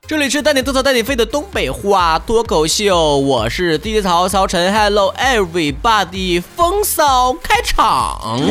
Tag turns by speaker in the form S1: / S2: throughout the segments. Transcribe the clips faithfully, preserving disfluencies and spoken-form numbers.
S1: 这里是带你吐槽带你飞的东北话脱口秀，我是 D J 曹曹晨 ，Hello everybody， 风骚开场。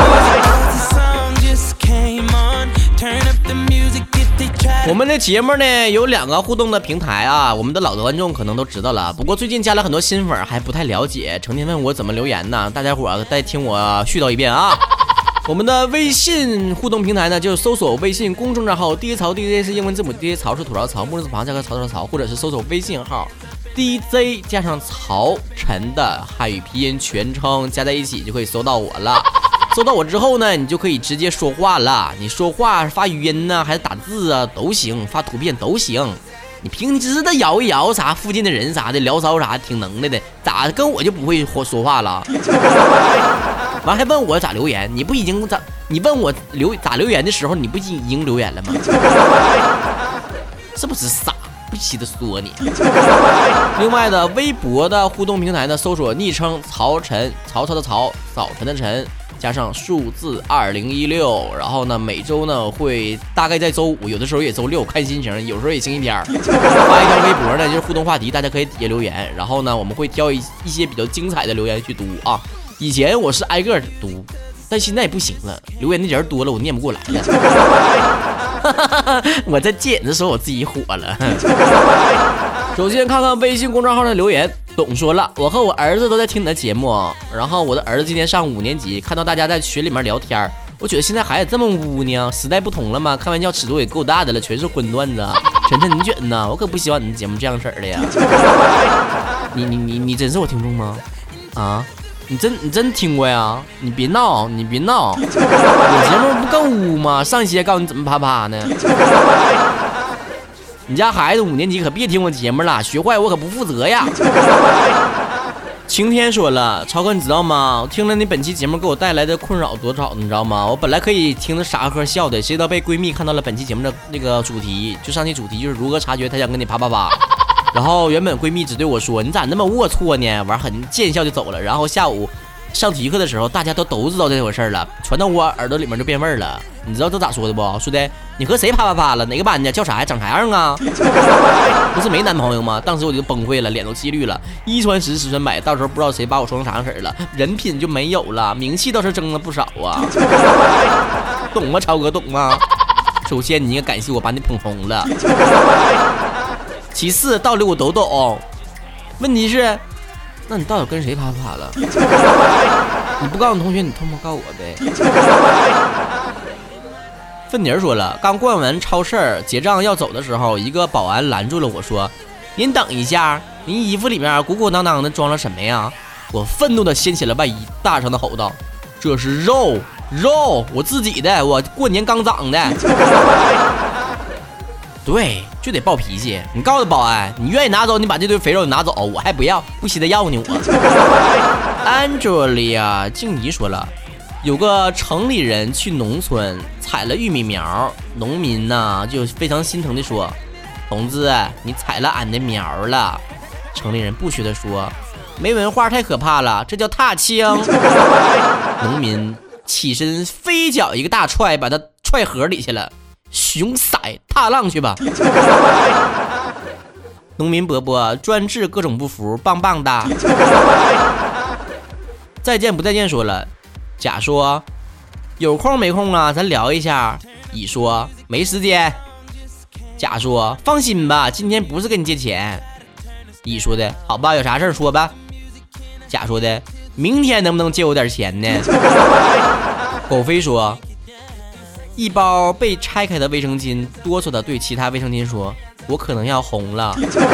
S1: 我们的节目呢有两个互动的平台啊，我们的老观众可能都知道了，不过最近加了很多新粉还不太了解，成天问我怎么留言呢？大家伙再听我絮叨一遍啊。我们的微信互动平台呢，就搜索微信公众账号 D J 曹 ，D J 是英文字母 D J 曹是吐槽曹，木字旁加个曹曹曹，或者是搜索微信号 D J 加上曹晨的汉语拼音全称加在一起就可以搜到我了。搜到我之后呢，你就可以直接说话了。你说话发语音呢，还是打字啊都行，发图片都行。你平时的摇一摇啥，附近的人啥的聊骚啥，挺能耐的，咋跟我就不会说话了？完还问我咋留言？你不已经咋？你问我留咋留言的时候，你不已经留言了吗？是不是傻？不稀得说你。另外的微博的互动平台呢，搜索昵称曹晨，曹操的曹，早晨的晨，加上数字二零一六，然后呢每周呢会大概在周五，有的时候也周六，看心情，有时候也星期天发一条微博呢，就是互动话题，大家可以底下留言，然后呢我们会挑一一些比较精彩的留言去读啊。以前我是挨个读，但现在也不行了，留言的人多了，我念不过来了。我在戒的时候我自己火了。首先看看微信公众号的留言，董说了，我和我儿子都在听你的节目，然后我的儿子今年上五年级，看到大家在群里面聊天，我觉得现在孩子这么污呢，时代不同了嘛，开玩笑尺度也够大的了，全是荤段子。晨晨你觉得呢？我可不希望你的节目这样式儿的呀。你你你你真是我听众吗？啊？你真你真听过呀？你别闹，你别闹，我节目不更污吗？上一期告诉你怎么啪啪呢？你家孩子五年级可别听我节目了，学坏我可不负责呀。晴天说了，超哥你知道吗？我听了你本期节目给我带来的困扰多少，你知道吗？我本来可以听着傻呵笑的，谁知道被闺蜜看到了本期节目的那个主题，就上期主题就是如何察觉她想跟你啪啪啪。然后原本闺蜜只对我说你咋那么龌龊呢，完很见笑就走了。然后下午上体育课的时候，大家都都知道这回事了，传到我耳朵里面就变味儿了。你知道这咋说的不？说的你和谁啪啪啪了？哪个班的？叫啥呀？长啥样啊？不是没男朋友吗？当时我就崩溃了，脸都气绿了。一传十，十传百，到时候不知道谁把我说成啥样式了，人品就没有了，名气倒是增了不少啊。懂吗，超哥懂吗？首先你应该感谢我把你捧红了。其次道理我都懂，问题是那你到底跟谁啪啪了？你不告诉同学，你偷摸告我呗。芬妮儿说了，刚逛完超市结账要走的时候，一个保安拦住了我说，您等一下，您衣服里面鼓鼓囊囊的装了什么呀？我愤怒的掀起了外衣，大声的吼道，这是肉肉，我自己的，我过年刚长的。对，就得暴脾气。你告诉保安，你愿意拿走，你把这堆肥肉拿走，我还不要，不稀得要你我。Angelia 静怡说了，有个城里人去农村采了玉米苗，农民呢就非常心疼的说，同志，你采了俺的苗了。城里人不屑的说，没文化太可怕了，这叫踏青。农民起身飞脚一个大踹，把他踹河里去了。熊色踏浪去吧。农民伯伯专治各种不服，棒棒的。再见不再见说了，甲说有空没空啊，咱聊一下。乙说没时间。甲说放心吧，今天不是跟你借钱。乙说的好吧，有啥事说吧。甲说的明天能不能借我点钱呢？狗飞说一包被拆开的卫生巾，哆嗦的对其他卫生巾说，我可能要红了。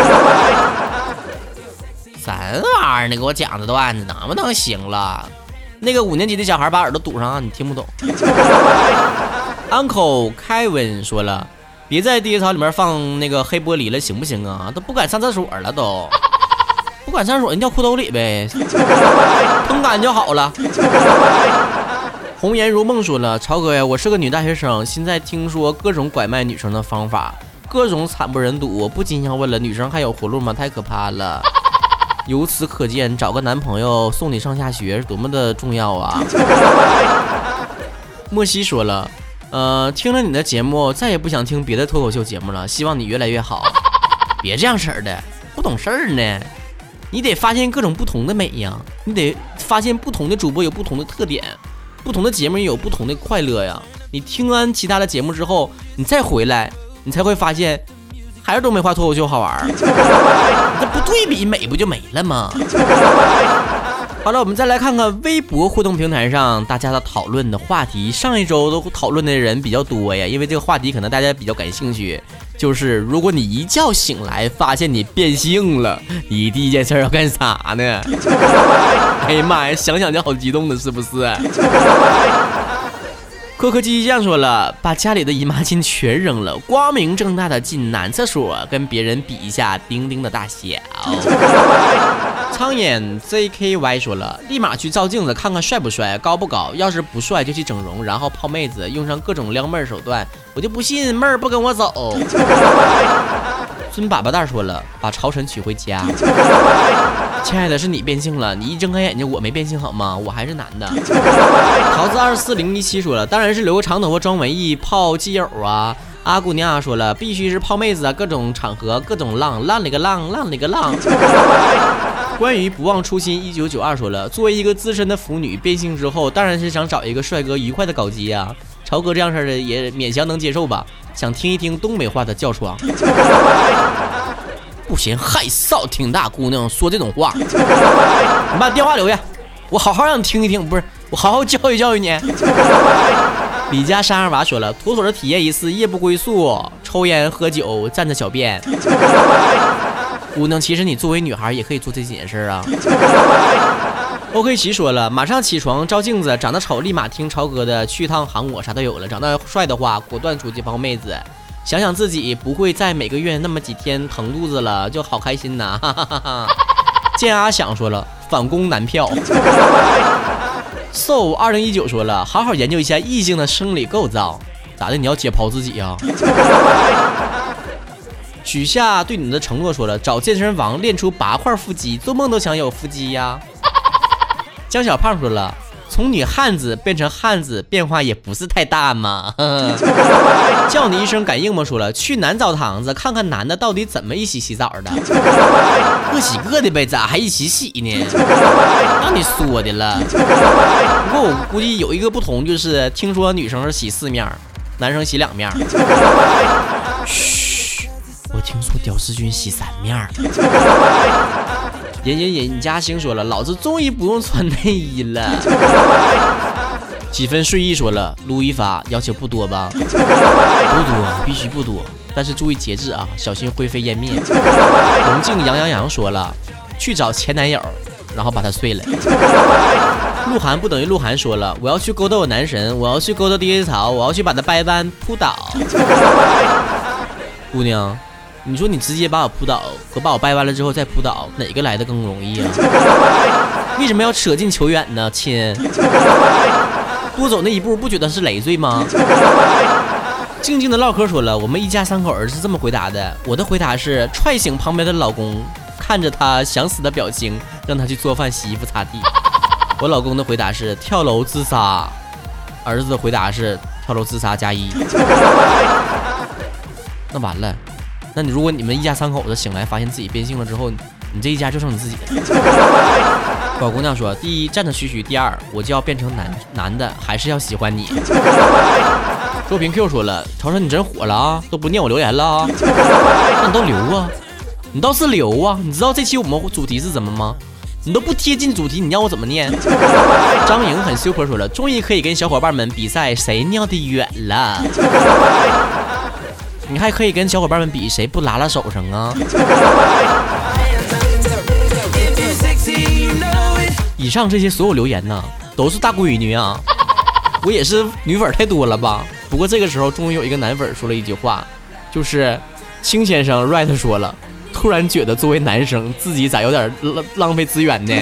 S1: 啥玩意儿？你给我讲的段子能不能行了？那个五年级的小孩把耳朵堵上啊，你听不懂。Uncle Kevin 说了，别在第一槽里面放那个黑玻璃了，行不行啊？都不敢上厕所了都。不敢上厕所，你掉裤兜里呗，通感就好了。红颜如梦说了，曹哥呀，我是个女大学生，现在听说各种拐卖女生的方法，各种惨不忍睹，我不禁要问了，女生还有活路吗？太可怕了。由此可见，找个男朋友送你上下学是多么的重要啊。莫西说了，呃，听了你的节目，再也不想听别的脱口秀节目了，希望你越来越好。 别这样式儿的，不懂事儿呢。你得发现各种不同的美呀，你得发现不同的主播有不同的特点，不同的节目也有不同的快乐呀。你听完其他的节目之后，你再回来，你才会发现还是东北话脱口秀好玩。这不对比美不就没了吗？好了，我们再来看看微博互动平台上大家的讨论的话题。上一周都讨论的人比较多呀，因为这个话题可能大家比较感兴趣，就是如果你一觉醒来发现你变性了，你第一件事要干啥呢？哎呀妈呀，想想就好激动的，是不是？科科鸡这样说了，把家里的姨妈巾全扔了，光明正大的进男厕所，跟别人比一下丁丁的大小。苍眼 Z K Y 说了，立马去照镜子看看帅不帅，高不高，要是不帅就去整容，然后泡妹子，用上各种撩妹手段，我就不信妹儿不跟我走。孙粑粑蛋说了，把朝晨娶回家。亲爱的，是你变性了，你一睁开眼睛我没变性好吗？我还是男的。桃子二四零一七说了，当然是留个长头发装文艺泡基友啊。阿姑娘说了，必须是泡妹子啊，各种场合各种浪，浪了个浪，浪了个浪。关于不忘初心一九九二说了，作为一个资深的腐女，变性之后当然是想找一个帅哥愉快的搞基啊。朝哥这样式的也勉强能接受吧，想听一听东北话的叫床。不嫌害臊，挺大姑娘说这种话，你把电话留下，我好好让你听一听，不是我好好教育教育你。李家山二娃说了，妥妥的体验一次夜不归宿，抽烟喝酒站着小便。姑娘，其实你作为女孩也可以做这几件事啊。OK 奇说了，马上起床照镜子，长得丑立马听超哥的，去趟韩国啥都有了，长得帅的话果断出去泡妹子，想想自己不会再每个月那么几天疼肚子了，就好开心呐。哈哈哈哈。建阿想说了，反攻男票。So 二零一九说了，好好研究一下异性的生理构造，咋的？你要解剖自己呀？许下对你的承诺说了，找健身房练出八块腹肌，做梦都想有腹肌呀。江小胖说了，从女汉子变成汉子，变化也不是太大嘛。叫你一声感应吗？说了，去男澡堂子看看男的到底怎么一起洗澡的，各洗各的呗，咋还一起洗呢？让你说的了。不过我估计有一个不同，就是听说女生是洗四面，男生洗两面。嘘，我听说屌丝君洗三面。隐隐隐嘉兴说了，老子终于不用穿内衣了。几分睡意说了，撸一发要求不多吧？不多，必须不多，但是注意节制啊，小心灰飞烟灭。龙静杨洋洋说了，去找前男友，然后把他睡了。鹿晗不等于鹿晗说了，我要去勾搭我男神，我要去勾搭 D J 曹，我要去把他掰弯扑倒。姑娘，你说你直接把我扑倒和把我掰弯了之后再扑倒，哪个来的更容易啊？为什么要扯近求远呢，亲？多走那一步不觉得是累赘吗？静静的唠嗑说了，我们一家三口儿是这么回答的，我的回答是踹醒旁边的老公，看着他想死的表情，让他去做饭洗衣服擦地。我老公的回答是跳楼自杀，儿子的回答是跳楼自杀加一。那完了，那你如果你们一家三口子醒来发现自己变性了之后，你这一家就剩你自己了。小姑娘说，第一站着嘘嘘，第二我就要变成男男的，还是要喜欢你。周平 Q 说了，朝晨你真火了啊，都不念我留言了啊。那你都留啊，你倒是留啊。你知道这期我们主题是什么吗？你都不贴近主题，你让我怎么念？张颖很 super 说了，终于可以跟小伙伴们比赛谁尿得远了。你还可以跟小伙伴们比谁不拉拉手上啊。以上这些所有留言呢，都是大闺女啊。我也是女粉太多了吧？不过这个时候终于有一个男粉说了一句话，就是清先生 right 说了，突然觉得作为男生自己咋有点浪浪费资源呢？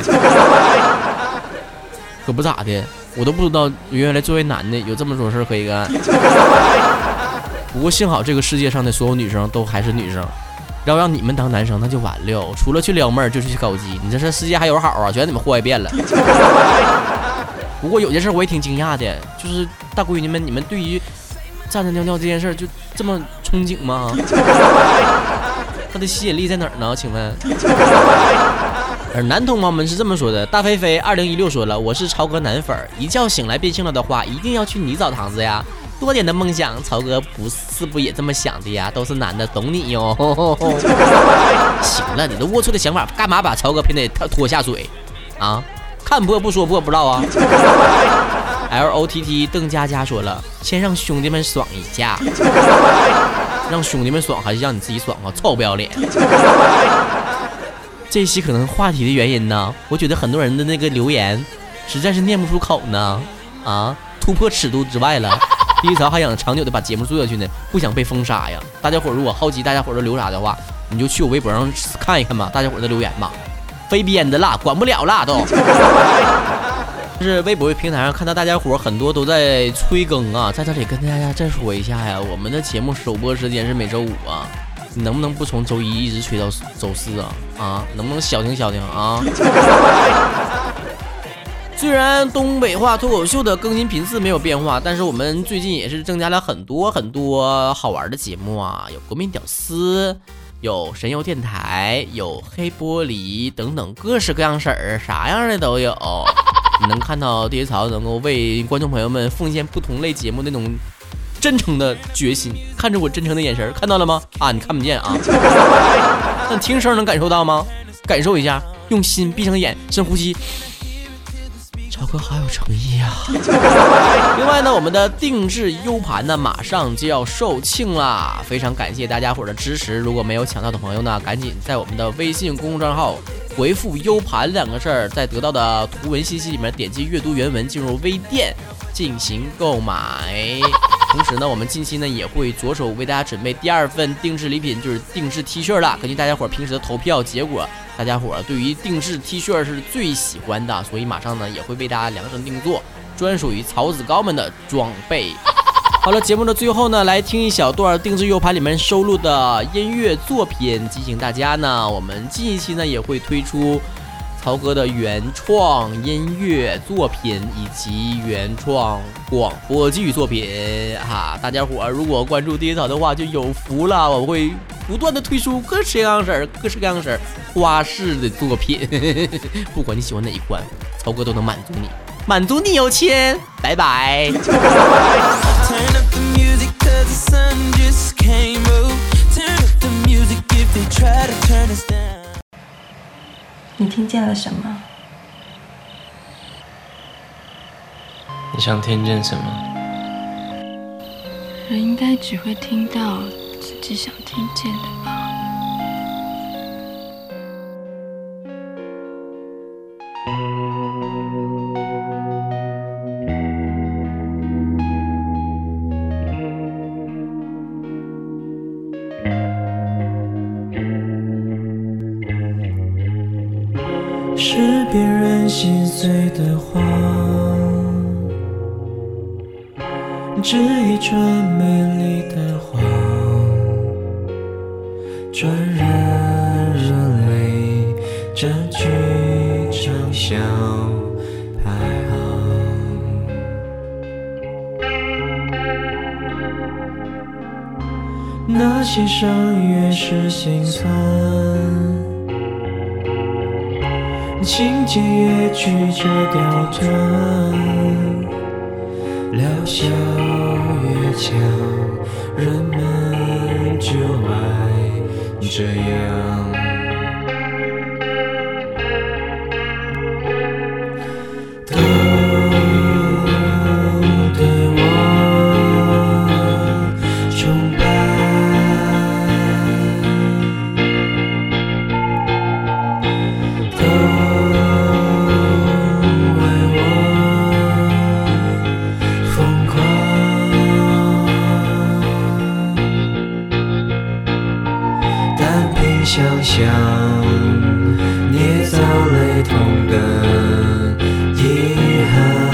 S1: 可不咋的，我都不知道原来作为男的有这么多事可以干。不过幸好这个世界上的所有女生都还是女生，要让你们当男生那就完了，除了去撩妹就是去搞基，你这是世界还有好啊，全你们祸害遍了。不过有件事我也挺惊讶的，就是大闺女们，你们对于站着尿尿这件事就这么憧憬吗？ 它的吸引力在哪儿呢？请问？而男同胞们是这么说的：大飞飞二零一六说了，我是曹哥男粉，一觉醒来变性了的话，一定要去你澡堂子呀。多年的梦想，曹哥不是不也这么想的呀？都是男的，懂你哟。行了，你的龌龊的想法，干嘛把曹哥偏得拖下水啊？看破不说破，不知道啊。L O T T 邓佳佳说了，先让兄弟们爽一下，让兄弟们爽还是让你自己爽啊？臭不要脸！这期可能话题的原因呢，我觉得很多人的那个留言实在是念不出口呢，啊，突破尺度之外了。第一槽还想长久的把节目做下去呢，不想被封杀呀。大家伙如果好奇大家伙都留啥的话，你就去我微博上看一看吧，大家伙的留言吧，非编的啦，管不了啦都。就是微博平台上看到大家伙很多都在催更啊，在这里跟大家再说一下呀，我们的节目首播时间是每周五啊，你能不能不从周一一直催到周四啊？啊，能不能小听小听啊？虽然东北话脱口秀的更新频次没有变化，但是我们最近也是增加了很多很多好玩的节目啊，有国民屌丝，有神游电台，有黑玻璃等等各式各样事儿，啥样的都有。你能看到第一槽能够为观众朋友们奉献不同类节目那种真诚的决心，看着我真诚的眼神，看到了吗？啊，你看不见啊，但听声能感受到吗？感受一下，用心闭上眼，深呼吸。曹哥好有诚意啊！另外呢，我们的定制 U 盘呢，马上就要售罄啦，非常感谢大家伙的支持。如果没有抢到的朋友呢，赶紧在我们的微信公众账号回复 U 盘两个字儿，在得到的图文信息里面点击阅读原文，进入微店进行购买。同时呢，我们近期呢也会着手为大家准备第二份定制礼品，就是定制 T 恤了。根据大家伙平时的投票结果，大家伙对于定制 T 恤是最喜欢的，所以马上呢也会为大家量身定做专属于曹子高们的装备。好了，节目的最后呢，来听一小段定制 U 盘里面收录的音乐作品，提醒大家呢，我们近一期呢也会推出曹哥的原创音乐作品以及原创广播剧作品哈，大家伙如果关注第一槽的话就有福了，我会不断的推出各式各样式、各式各样式花式的作品，不管你喜欢哪一款，曹哥都能满足你，满足你有钱，拜拜。
S2: 你听见了什么？
S3: 你想听见什么？
S2: 人应该只会听到自己想听见的吧。
S3: 是别人心碎的话，只一串美丽的谎，转染热泪，占据畅销排行。那些伤越是心酸，情节越曲折刁钻，疗效越强，人们就爱这样。都对我崇拜，都想象捏造雷同的遗憾，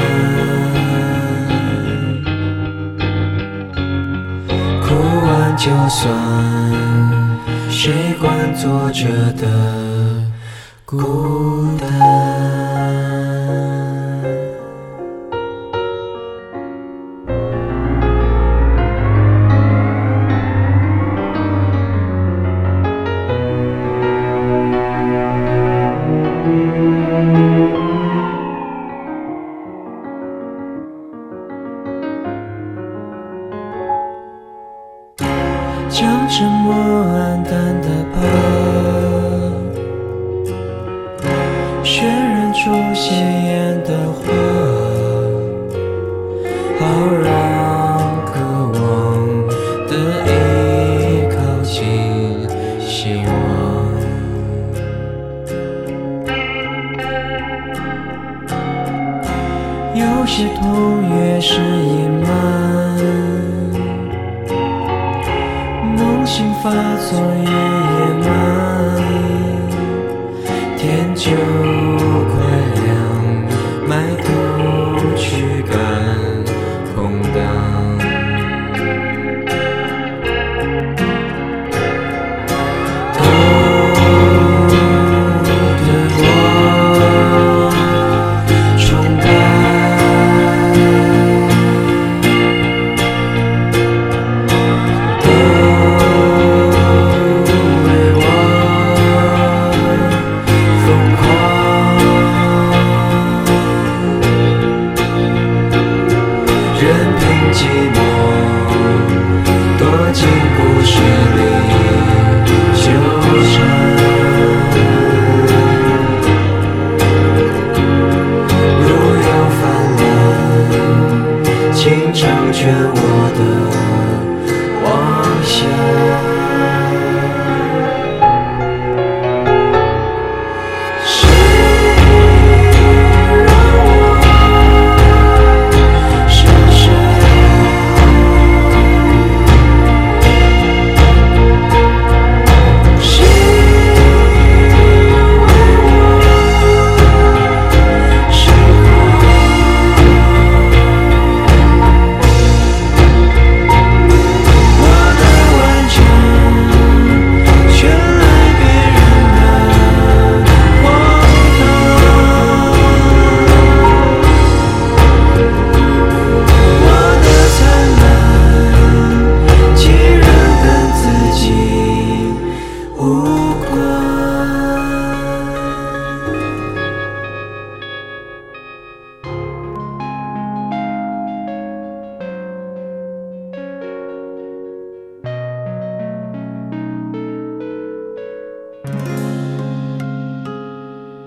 S3: 哭完就算，谁管作者的孤单。 这么暗淡的疤，渲染出鲜艳的花，好让渴望的依靠近希望。有些痛越是隐瞒，梦醒发作越野蛮，天就快亮，埋头去赶空荡。头对我崇拜，寂寞躲进故事里纠缠，如有泛滥，请成全我的妄想。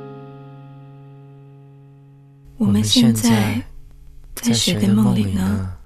S2: 我们现在在谁的梦里呢？